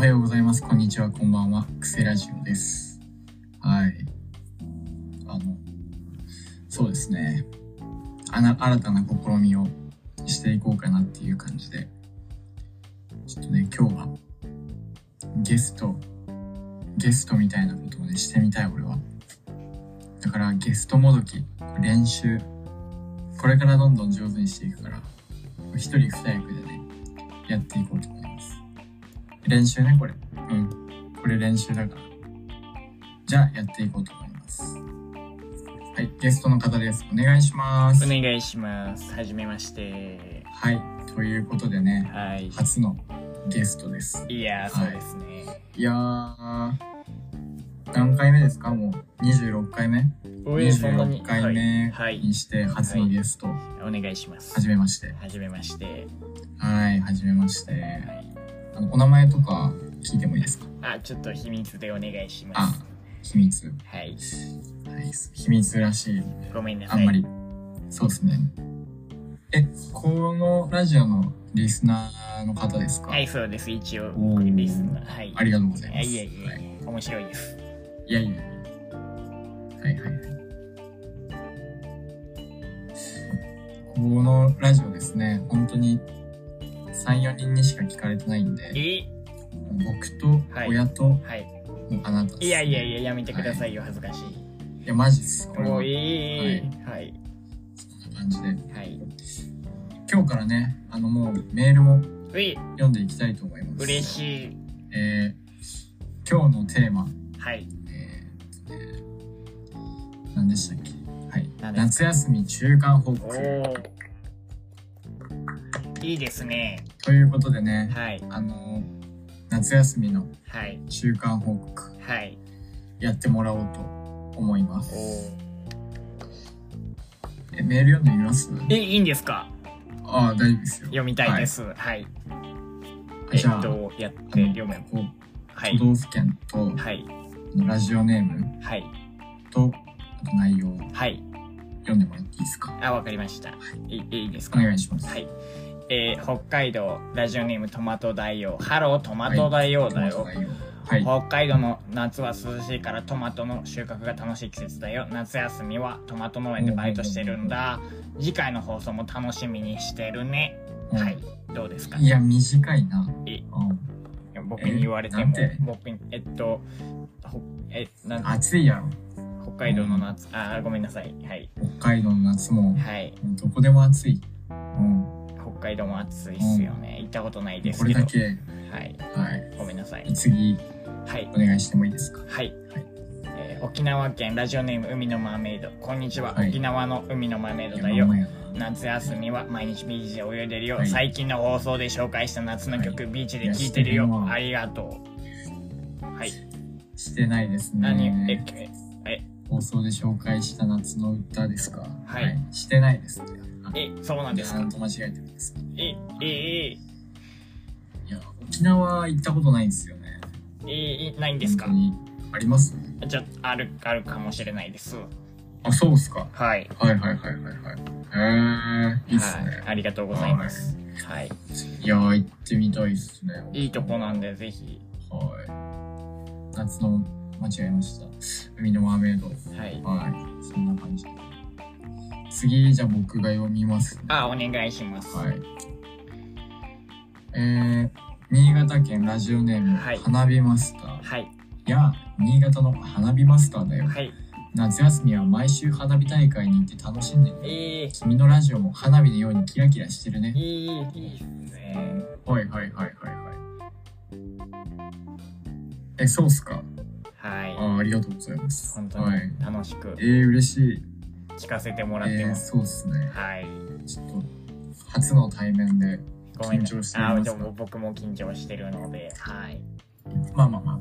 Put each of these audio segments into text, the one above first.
はようございます。こんにちは。こんばんは。クセラジオです。はい。そうですね。新たな試みをしていこうかなっていう感じで。ちょっとね、今日はゲストみたいなことをね、してみたい、俺は。だからゲストもどき、練習。これからどんどん上手にしていくから、一人二役でね、やっていこうと思います。練習ね、これ。これ練習だから。じゃあ、やっていこうと思います。はい、ゲストの方です。お願いします。 お願いします。はじめまして。 はい、ということでね、 はい。 初のゲストです。 いやー、そうですね。 いやー、何回目ですか？もう26回目？26回目にして初のゲスト。 お願いします。 はじめまして。 はじめまして。 はい、はじめまして。お名前とか聞いてもいいですか？ ちょっと秘密でお願いします。 秘密。 はい。 はい、秘密らしい。 ごめんなさい。 あんまり。そうですね。このラジオのリスナーの方ですか？ はい、そうです。一応、リスナー。はい。 ありがとうございます。 いや、面白いです。 いや。はい。このラジオですね、本当に3、4人にしか聞かれてないんで、僕と親とあなたです、ね。 いや、やめてくださいよ、恥ずかしい。 いや、マジっす。これは。 はい。 そんな感じで。 はい。 今日からね、もうメールも読んでいきたいと思います。 嬉しい。 今日のテーマ。 はい。 何でしたっけ？はい。夏休み中間報告。 いいですね。 ということでね、 はい。 夏休みの中間報告、やってもらおうと思います。メール読んでみます？ いいんですか？ 大丈夫ですよ。 読みたいです。はい。 じゃあ、 やって読め。 都道府県と、ラジオネームと、あと内容を読んでもらっていいですか？ わかりました。いいですか？ お願いします。 はい。北海道ラジオネームトマト大王。ハロートマト大王だよ。北海道の夏は涼しいからトマトの収穫が楽しい季節だよ。夏休みはトマト農園でバイトしてるんだ。次回の放送も楽しみにしてるね。はい。どうですか？ いや、短いな。 僕に言われても、僕に、 暑いやろ。 北海道の夏、ごめんなさい。はい。 北海道の夏も、どこでも暑い。 北海道も暑いっすよね。行ったことないですけど。 これだけ。 はい。ごめんなさい。 次、お願いしてもいいですか？ はい。沖縄県ラジオネーム海のマーメイド。こんにちは。沖縄の海のマーメイドだよ。夏休みは毎日ビーチで泳いでるよ。最近の放送で紹介した夏の曲、ビーチで聴いてるよ。ありがとう。はい。 してないですね。放送で紹介した夏の歌ですか？はい。してないですね。 そうなんですか？ なんと間違えてるんですか？いや、沖縄行ったことないんですよね。 ないんですか？ あります？ じゃあるかもしれないです。 そうっすか？ はい。 はい。いいっすね。 ありがとうございます。はい。 いやー、行ってみたいっすね。 いいとこなんで、ぜひ。 夏の、間違えました。海のマーメイド。そんな感じ。次、じゃあ僕が読みます。 お願いします。 新潟県ラジオネーム、花火マスター。新潟の花火マスターだよ。夏休みは毎週花火大会に行って楽しんでね。君のラジオも花火のようにキラキラしてるね。 いいですね。 そうっすか？ ありがとうございます。 本当に楽しく。 嬉しい。 聞かせてもらってます。 そうっすね。ちょっと、初の対面で緊張しています。 僕も緊張してるので、 まあ。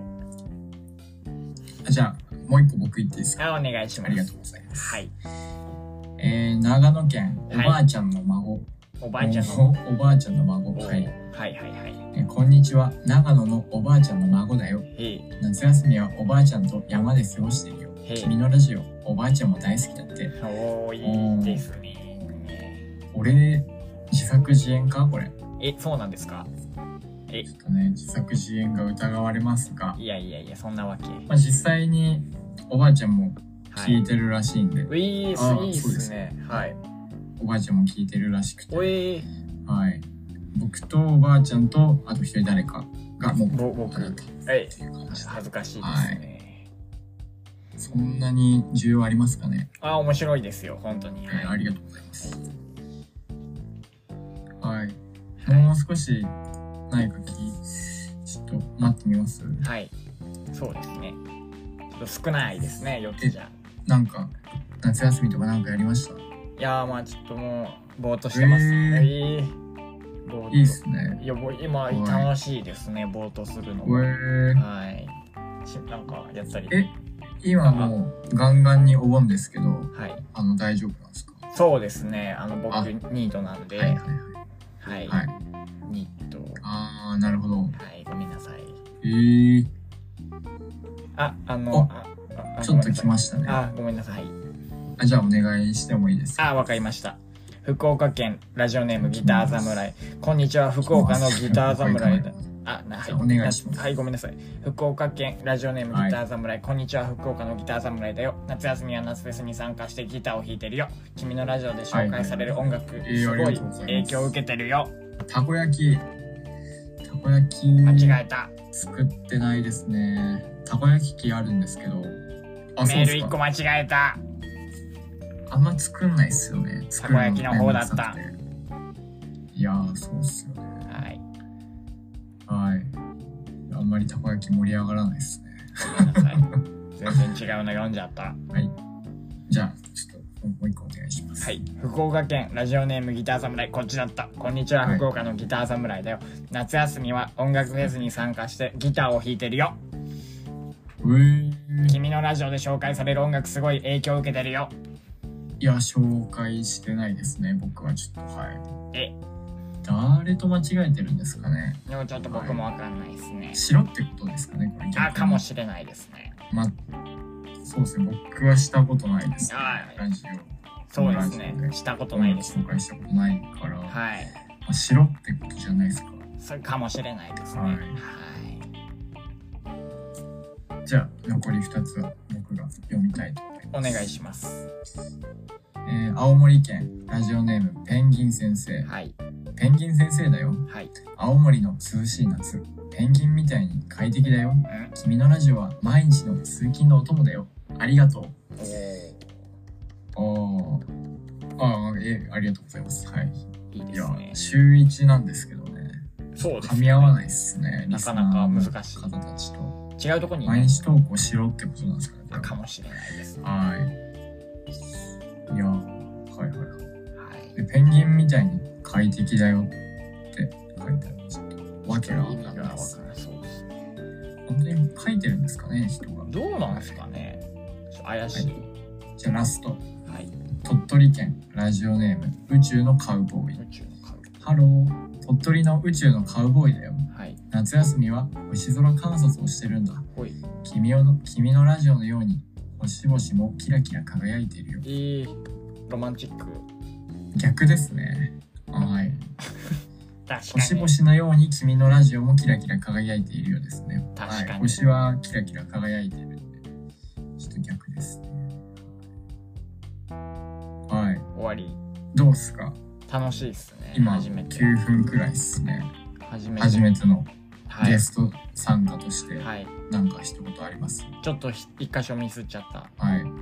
じゃあ、もう一個僕言っていいですか？ お願いします。 ありがとうございます。長野県、おばあちゃんの孫。 おばあちゃんの孫。 こんにちは。長野のおばあちゃんの孫だよ。夏休みはおばあちゃんと山で過ごしてるよ。君のラジオ、おばあちゃんも大好きだって。 いいですね。 俺、自作自演かこれ。 そうなんですか？ ちょっとね、自作自演が疑われますが。 いや、そんなわけ。 実際に、おばあちゃんも聞いてるらしいんで。 いいっすね。はい。 おばあちゃんも聞いてるらしくて。 はい。 僕とおばあちゃんと、あと一人誰かが、もう、 僕だったっていう感じで。恥ずかしいですね。 そんなに需要ありますかね。 面白いですよ、本当に。 ありがとうございます。はい。もう少し、何かちょっと待ってみます？ はい。そうですね。ちょっと少ないですね、4つじゃ。 なんか、夏休みとかなんかやりました？ いやー、ちょっともう、ぼーっとしてます。いいっすね。 いや、今、楽しいですね、ぼーっとするの。はい。なんか、やったり。 今もう、ガンガンにお盆ですけど、 はい。 大丈夫なんですか？ そうですね、僕、ニートなんで。はい。ニート。 なるほど。 はい、ごめんなさい。ちょっと来ましたね。 ごめんなさい。 じゃあお願いしてもいいですか？ わかりました。福岡県ラジオネームギター侍。こんにちは、福岡のギター侍だ。 お願いします。 はい、ごめんなさい。福岡県ラジオネームギター侍。こんにちは、福岡のギター侍だよ。夏休みは夏フェスに参加してギターを弾いてるよ。君のラジオで紹介される音楽、すごい影響を受けてるよ。 たこ焼き。 間違えた。 作ってないですね。たこ焼き器あるんですけど。 メール1個間違えた。 あんま作んないっすよね。 たこ焼きの方だった。 いやー、そうっすよね。はい。あんまりたこ焼き盛り上がらないっすね。 ごめんなさい。全然違うの読んじゃった。 はい。じゃあ、ちょっともう一個お願いします。 はい。福岡県ラジオネームギター侍。こっちだった。こんにちは、福岡のギター侍だよ。夏休みは音楽フェスに参加してギターを弾いてるよ。君のラジオで紹介される音楽すごい影響を受けてるよ。 いや、紹介してないですね。僕はちょっと、はい。誰と間違えてるんですかね。 でもちょっと僕もわかんないですね。 白ってことですかね、これ。 かもしれないですね。 そうですね。僕はしたことないですね。ラジオ。 そうですね。したことないです。 紹介したことないから。 はい。 白ってことじゃないですか。 それかもしれないですね。 はい。じゃあ、残り2つは僕が読みたいと思います。 お願いします。 青森県ラジオネームペンギン先生。 はい。 ペンギン先生だよ。 はい。 青森の涼しい夏。ペンギンみたいに快適だよ。君のラジオは毎日の通勤のお供だよ。ありがとう。ありがとうございます。はい。 いいですね。 週1なんですけどね。 そうですね。 噛み合わないですね。 なかなか難しい。 方たちと。 違うとこに、 毎日投稿しろってことなんですかね。 かもしれないです。 はい。いや、はい。で、ペンギンみたいに快適だよって書いてあります。わけがわからないです。そうです。本当に書いてるんですかね、人が。 どうなんですかね。怪しい。 じゃあラスト。 はい。 鳥取県ラジオネーム宇宙のカウボーイ。ハロー。鳥取の宇宙のカウボーイだよ。 はい。 夏休みは星空観察をしてるんだ。 ほい。 君のラジオのように星々もキラキラ輝いているよ。 ロマンチック。 逆ですね。はい。 確かに。 星々のように君のラジオもキラキラ輝いているようですね。 確かに。 はい、星はキラキラ輝いているんで、ちょっと逆ですね。はい。 終わり。 どうっすか？ 楽しいっすね。 今9分くらいっすね。初めてのゲスト参加としてなんか一言あります？ ちょっと一箇所ミスっちゃった。 はい。 はい、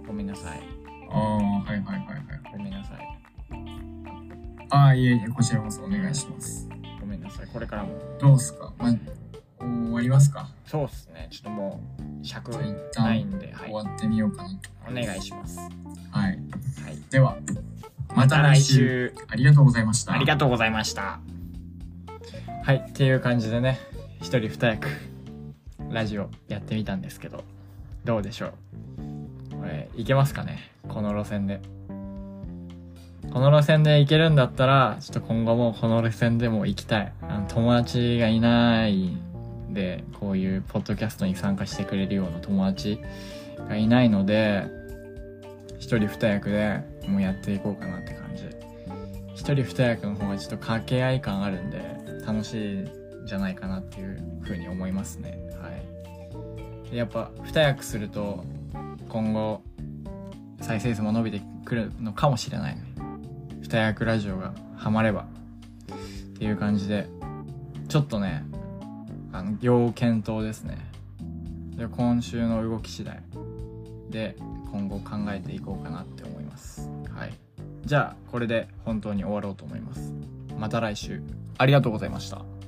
ごめんなさい。 はい。 ごめんなさい。いえ、こちらこそお願いします。 ごめんなさい。これからも。 どうっすか？終わりますか？ そうっすね。ちょっともう尺ないんで、 終わってみようかなと。 お願いします。 はい。では。また来週。ありがとうございました。 ありがとうございました。はい、っていう感じでね、一人二役ラジオやってみたんですけど、どうでしょう。これいけますかね、この路線で。この路線で行けるんだったら、ちょっと今後もこの路線でも行きたい。友達がいないんで、こういうポッドキャストに参加してくれるような友達がいないので、一人二役でもうやっていこうかなって感じ。一人二役の方がちょっと掛け合い感あるんで楽しいじゃないかなっていうふうに思いますね。はい。でやっぱ2役すると今後再生数も伸びてくるのかもしれないね。2役ラジオがハマればっていう感じで、ちょっとね要検討ですね。で今週の動き次第で今後考えていこうかなって思います。はい。じゃあこれで本当に終わろうと思います。また来週ありがとうございました。